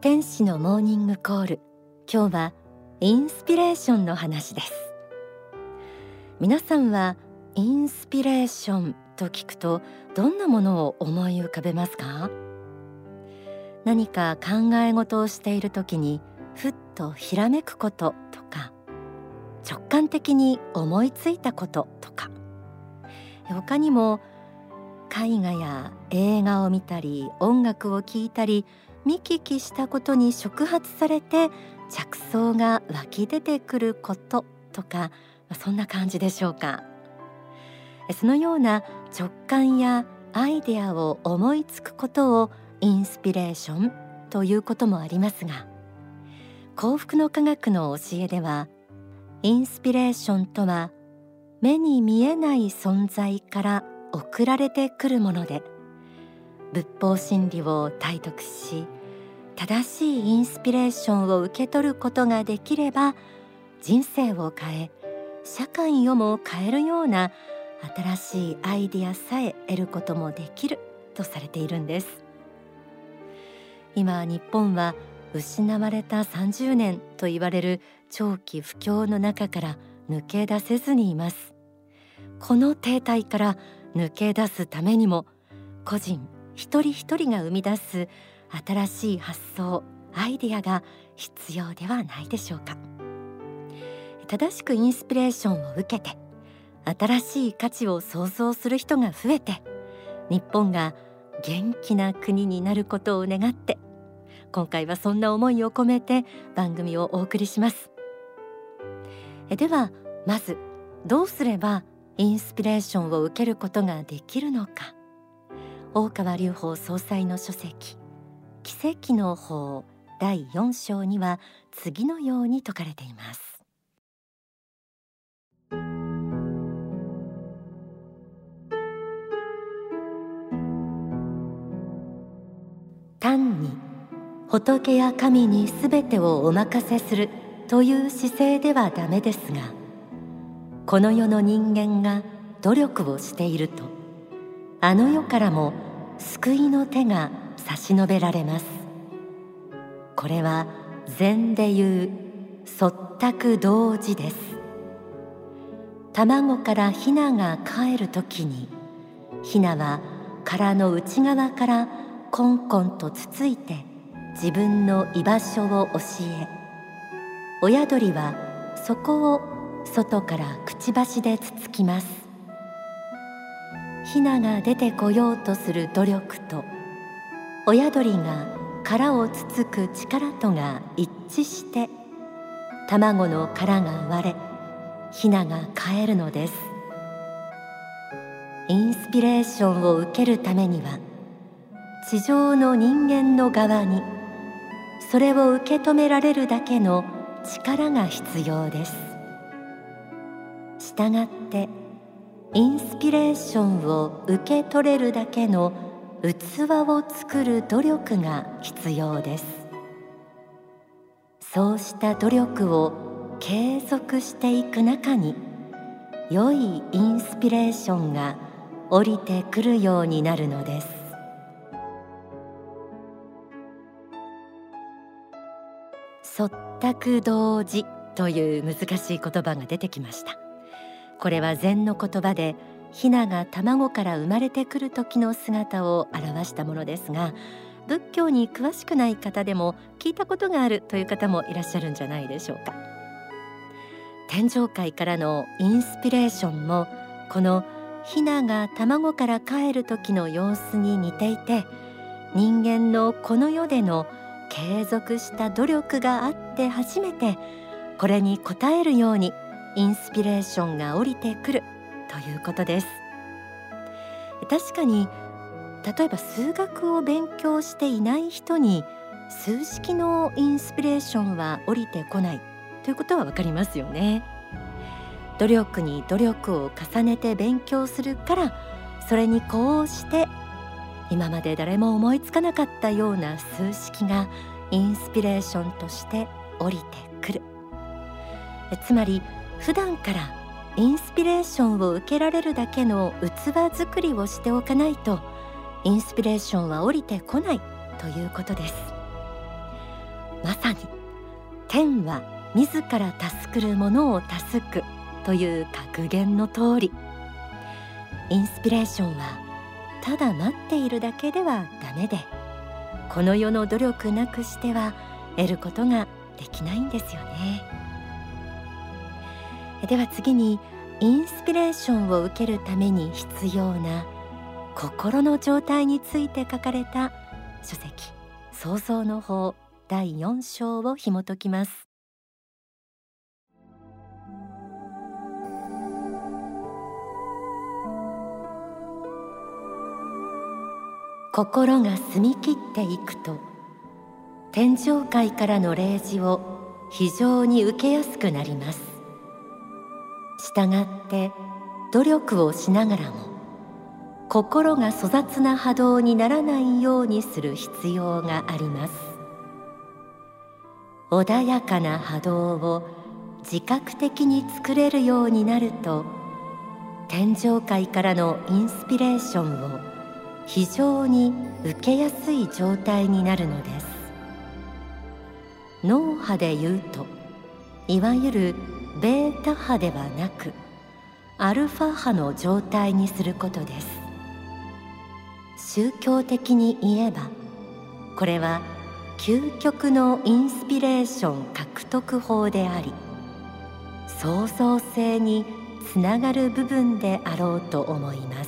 天使のモーニングコール。今日はインスピレーションの話です。皆さんはインスピレーションと聞くとどんなものを思い浮かべますか？何か考え事をしている時にふっとひらめくこととか、直感的に思いついたこととか、他にも絵画や映画を見たり音楽を聴いたり見聞きしたことに触発されて着想が湧き出てくることとか、そんな感じでしょうか。そのような直感やアイデアを思いつくことをインスピレーションということもありますが、幸福の科学の教えでは、インスピレーションとは目に見えない存在から送られてくるもので、仏法真理を体得し、正しいインスピレーションを受け取ることができれば、人生を変え、社会をも変えるような新しいアイデアさえ得ることもできるとされているんです。今日本は失われた30年と言われる長期不況の中から抜け出せずにいます。この停滞から抜け出すためにも、個人一人一人が生み出す新しい発想、アイデアが必要ではないでしょうか。正しくインスピレーションを受けて、新しい価値を創造する人が増えて、日本が元気な国になることを願って、今回はそんな思いを込めて番組をお送りします。ではまず、どうすればインスピレーションを受けることができるのか。大川隆法総裁の書籍奇跡の法第4章には次のように説かれています。単に仏や神にすべてをお任せするという姿勢ではダメですが、この世の人間が努力をしていると、あの世からも救いの手が差し伸べられます。これは禅でいう率託同時です。卵からヒナがかえるときに、ヒナは殻の内側からコンコンとつついて自分の居場所を教え、親鳥はそこを外からくちばしでつつきます。ヒナが出てこようとする努力と、親鳥が殻をつつく力とが一致して、卵の殻が割れ、ヒナがかえるのです。インスピレーションを受けるためには、地上の人間の側にそれを受け止められるだけの力が必要です。したがってインスピレーションを受け取れるだけの器を作る努力が必要です。そうした努力を継続していく中に、良いインスピレーションが降りてくるようになるのです。率託同時という難しい言葉が出てきました。これは禅の言葉で、ヒナが卵から生まれてくる時の姿を表したものですが、仏教に詳しくない方でも聞いたことがあるという方もいらっしゃるんじゃないでしょうか。天上界からのインスピレーションも、このヒナが卵からかえる時の様子に似ていて、人間のこの世での継続した努力があって初めて、これに応えるようにインスピレーションが降りてくるということです。確かに、例えば数学を勉強していない人に数式のインスピレーションは降りてこないということはわかりますよね。努力に努力を重ねて勉強するから、それにこうして今まで誰も思いつかなかったような数式がインスピレーションとして降りてくる。つまり普段からインスピレーションを受けられるだけの器作りをしておかないと、インスピレーションは降りてこないということです。 まさに天は自ら助くる者を助くという格言の通り、インスピレーションはただ待っているだけではダメで、この世の努力なくしては得ることができないんですよね。では次に、インスピレーションを受けるために必要な心の状態について書かれた書籍、創造の法第4章を紐解きます。心が澄み切っていくと、天上界からの霊示を非常に受けやすくなります。したがって努力をしながらも心が粗雑な波動にならないようにする必要があります。穏やかな波動を自覚的に作れるようになると、天上界からのインスピレーションを非常に受けやすい状態になるのです。脳波で言うと、いわゆるベータ波ではなくアルファ波の状態にすることです。宗教的に言えば、これは究極のインスピレーション獲得法であり、創造性につながる部分であろうと思います。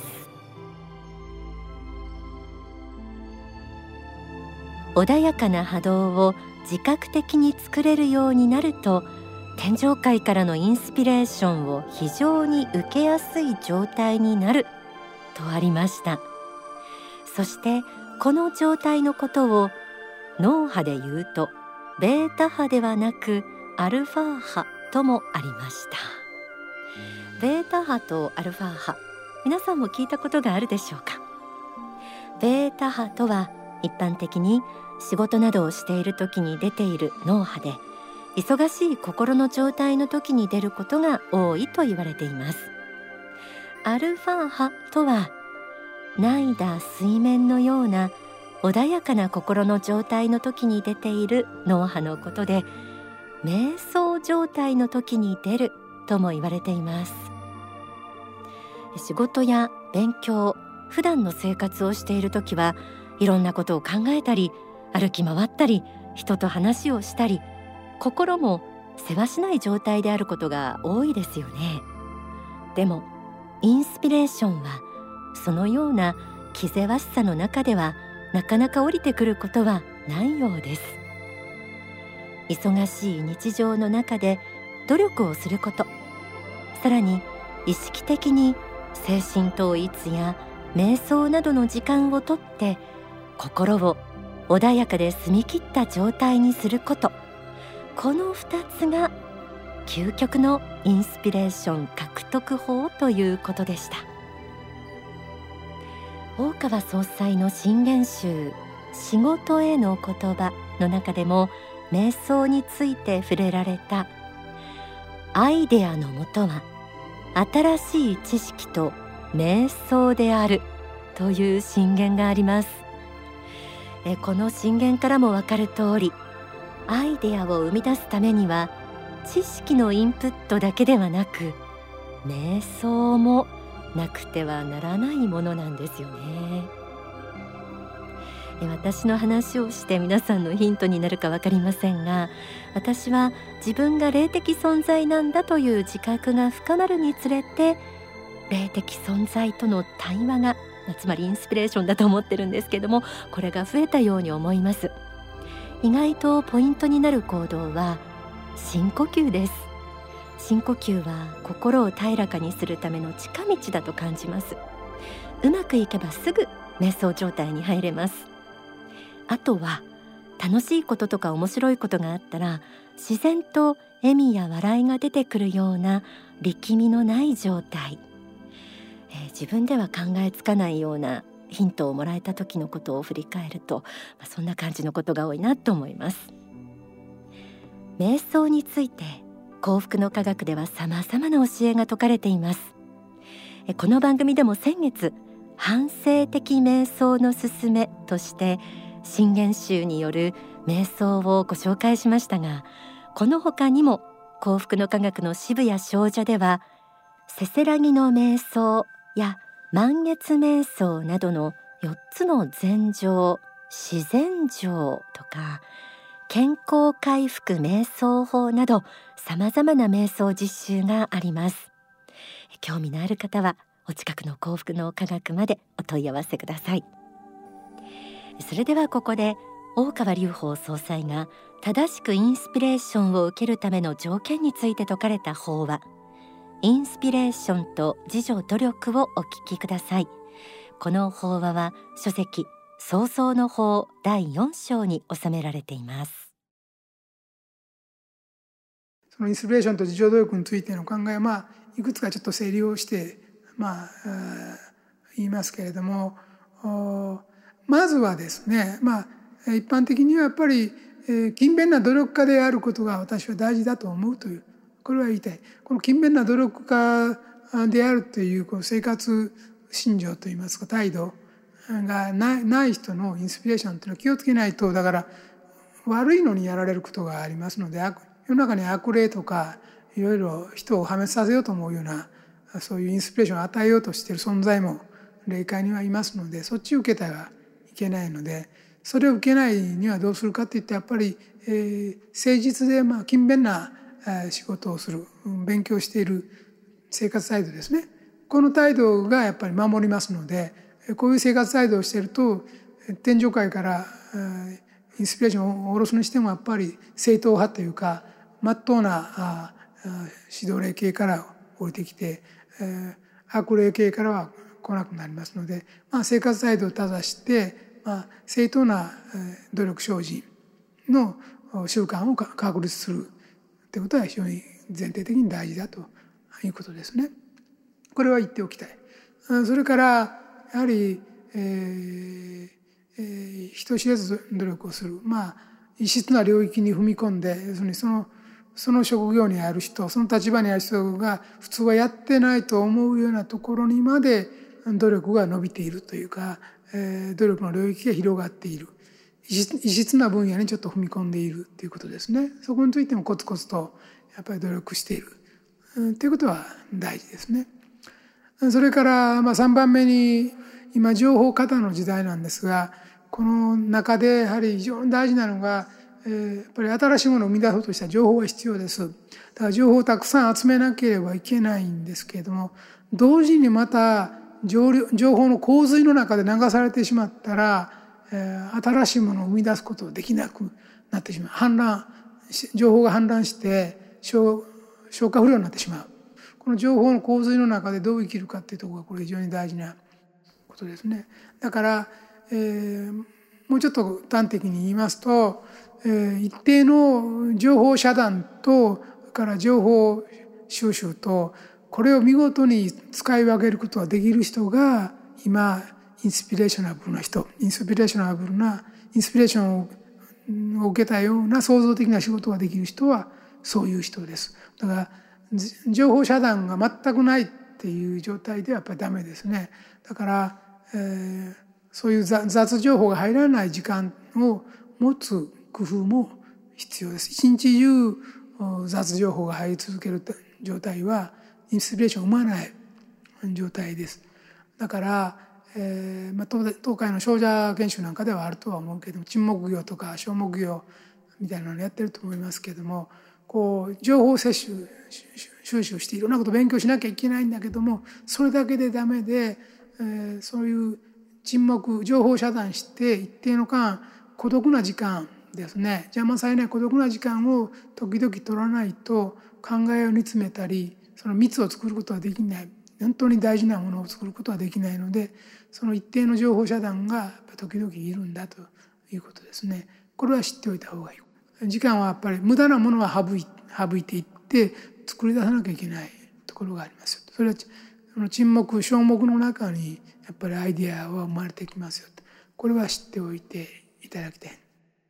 穏やかな波動を自覚的に作れるようになると、天上界からのインスピレーションを非常に受けやすい状態になるとありました。そしてこの状態のことを脳波で言うとベータ波ではなくアルファ波ともありました。ベータ波とアルファ波、皆さんも聞いたことがあるでしょうか。ベータ波とは一般的に仕事などをしている時に出ている脳波で、忙しい心の状態の時に出ることが多いと言われています。アルファ波とは内だ水面のような穏やかな心の状態の時に出ている脳波のことで、瞑想状態の時に出るとも言われています。仕事や勉強、普段の生活をしている時はいろんなことを考えたり、歩き回ったり、人と話をしたり、心もせわしない状態であることが多いですよね。でもインスピレーションはそのような気ぜわしさの中ではなかなか降りてくることはないようです。忙しい日常の中で努力をすること、さらに意識的に精神統一や瞑想などの時間をとって心を穏やかで澄み切った状態にすること、この2つが究極のインスピレーション獲得法ということでした。大川総裁の箴言集仕事への言葉の中でも瞑想について触れられた、アイデアのもとは新しい知識と瞑想であるという箴言があります。この箴言からも分かる通り、アイデアを生み出すためには知識のインプットだけではなく、瞑想もなくてはならないものなんですよね。私の話をして皆さんのヒントになるか分かりませんが、私は自分が霊的存在なんだという自覚が深まるにつれて、霊的存在との対話が、つまりインスピレーションだと思ってるんですけども、これが増えたように思います。意外とポイントになる行動は深呼吸です。深呼吸は心を平らかにするための近道だと感じます。うまくいけばすぐ瞑想状態に入れます。あとは楽しいこととか面白いことがあったら、自然と笑みや笑いが出てくるような力みのない状態、自分では考えつかないようなヒントをもらえた時のことを振り返ると、そんな感じのことが多いなと思います。瞑想について幸福の科学では様々な教えが説かれています。この番組でも先月、反省的瞑想のすすめとして箴言集による瞑想をご紹介しましたが、この他にも幸福の科学の支部や少女では、せせらぎの瞑想や満月瞑想などの4つの禅定、自然定とか健康回復瞑想法など、さまざまな瞑想実習があります。興味のある方はお近くの幸福の科学までお問い合わせください。それではここで大川隆法総裁が正しくインスピレーションを受けるための条件について説かれた法話、インスピレーションと自助努力をお聞きください。この法話は書籍創造の法第4章に収められています。 そのインスピレーションと自助努力についての考えはいくつかちょっと整理をして言いますけれども、まずはですね、一般的にはやっぱり勤勉な努力家であることが私は大事だと思うという、これは言いたい。この勤勉な努力家であるというこの生活信条といいますか態度がない人のインスピレーションというのは気をつけないと、だから悪いのにやられることがありますので、世の中に悪霊とかいろいろ人を破滅させようと思うようなそういうインスピレーションを与えようとしている存在も霊界にはいますので、そっちを受けてはいけないので、それを受けないにはどうするかといって、やっぱり誠実で勤勉な仕事をする、勉強している生活態度ですね。この態度がやっぱり守りますので、こういう生活態度をしていると天上界からインスピレーションを下ろすにしてもやっぱり正統派というか真っ当な指導霊系から降りてきて悪霊系からは来なくなりますので、生活態度を正して正当な努力精進の習慣を確立するということは非常に前提的に大事だということですね。これは言っておきたい。それからやはり、人知れず努力をする、異質な領域に踏み込んで、要するにその職業にある人、その立場にある人が普通はやってないと思うようなところにまで努力が伸びているというか、努力の領域が広がっている、異質な分野にちょっと踏み込んでいるということですね。そこについてもコツコツとやっぱり努力しているということは大事ですね。それから3番目に、今情報過多の時代なんですが、この中でやはり非常に大事なのが、やっぱり新しいものを生み出そうとした情報が必要です。だから情報をたくさん集めなければいけないんですけれども、同時にまた情報の洪水の中で流されてしまったら、新しいものを生み出すことができなくなってしまう。情報が氾濫して消化不良になってしまう。この情報の洪水の中でどう生きるかっていうところがこれ非常に大事なことですね。だから、もうちょっと端的に言いますと、一定の情報遮断とから情報収集と、これを見事に使い分けることができる人が今インスピレーショナブルな人、インスピレーションを受けたような創造的な仕事ができる人はそういう人です。だから情報遮断が全くないっていう状態ではやっぱりダメですね。だから、そういう雑情報が入らない時間を持つ工夫も必要です。一日中雑情報が入り続ける状態はインスピレーションを生まない状態です。だから、東海の少女研修なんかではあるとは思うけども、沈黙業とか小黙業みたいなのやってると思いますけれども、こう情報摂取収集していろんなことを勉強しなきゃいけないんだけども、それだけでダメで、そういう沈黙情報遮断して一定の間孤独な時間ですね、邪魔されない孤独な時間を時々取らないと考えを煮詰めたり、その密を作ることはできない、本当に大事なものを作ることはできないので、その一定の情報遮断が時々いるんだということですね。これは知っておいた方がいい。時間はやっぱり無駄なものは省いていって作り出さなきゃいけないところがありますよ。それはその沈黙小黙の中にやっぱりアイデアは生まれてきますよと。これは知っておいていただきたい。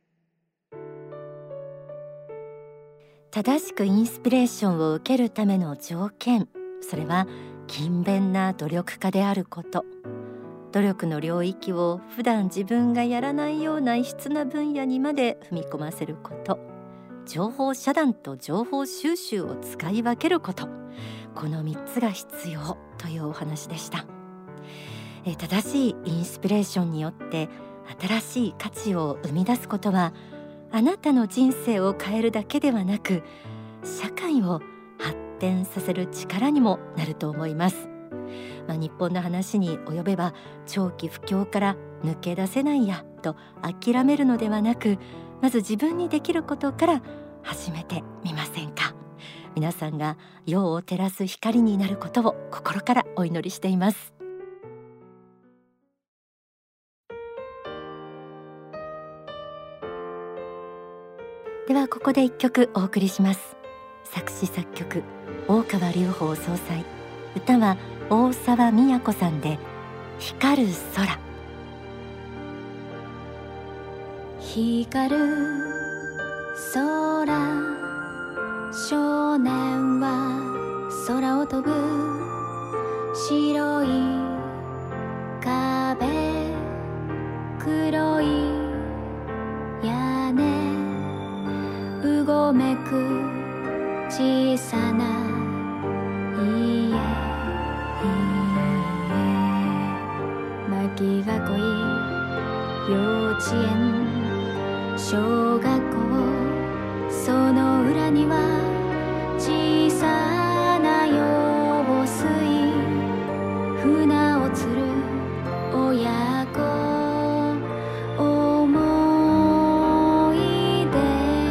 正しくインスピレーションを受けるための条件、それは勤勉な努力家であること。 努力の領域を普段自分がやらないような異質な分野にまで踏み込ませること、情報遮断と情報収集を使い分けること、この3つが必要というお話でした。正しいインスピレーションによって新しい価値を生み出すことは、あなたの人生を変えるだけではなく、社会を発展させる力にもなると思います。日本の話に及べば、長期不況から抜け出せないやと諦めるのではなく、まず自分にできることから始めてみませんか。皆さんが世を照らす光になることを心からお祈りしています。ではここで一曲お送りします。作詞作曲大川隆法総裁、歌は大沢みや子さんで光る空。 光る空、少年は空を飛ぶ、白い壁、黒い屋根、うごめく小さな家、牧が恋、幼稚園、小学校、その裏には小さな用水、船を釣る親子、思い出、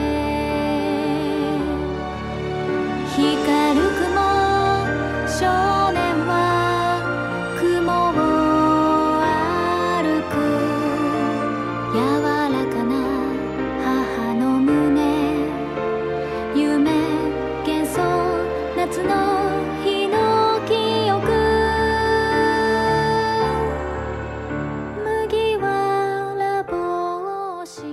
光る雲、少年は雲を歩く、柔らかな母の胸、夢、幻想、夏の日の記憶、麦わら帽子。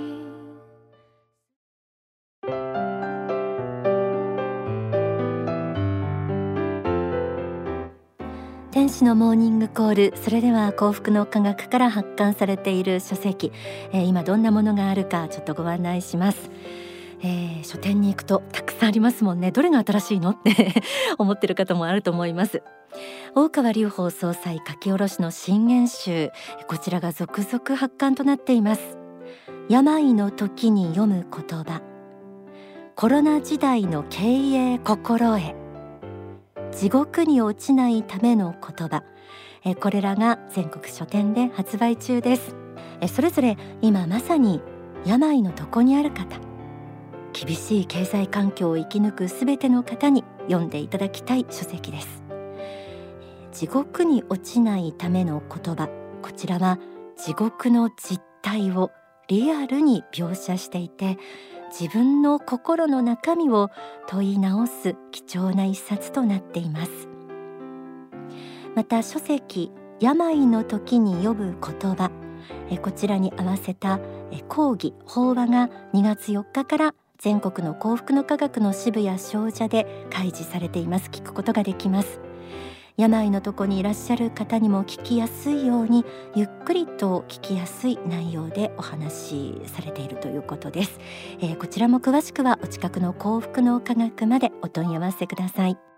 天使のモーニングコール。それでは幸福の科学から発刊されている書籍、今どんなものがあるかちょっとご案内します。書店に行くとたくさんありますもんね。どれが新しいのって思ってる方もあると思います。大川隆法総裁書き下ろしの新言集、こちらが続々発刊となっています。病の時に読む言葉、コロナ時代の経営心得、地獄に落ちないための言葉、これらが全国書店で発売中です。それぞれ今まさに病の床にある方、厳しい経済環境を生き抜くすべての方に読んでいただきたい書籍です。地獄に落ちないための言葉、こちらは地獄の実態をリアルに描写していて、自分の心の中身を問い直す貴重な一冊となっています。また書籍病の時に読む言葉、こちらに合わせた講義法話が2月4日から全国の幸福の科学の支部や商社で開示されています。聞くことができます。病のとこにいらっしゃる方にも聞きやすいように、ゆっくりと聞きやすい内容でお話しされているということです。こちらも詳しくはお近くの幸福の科学までお問い合わせください。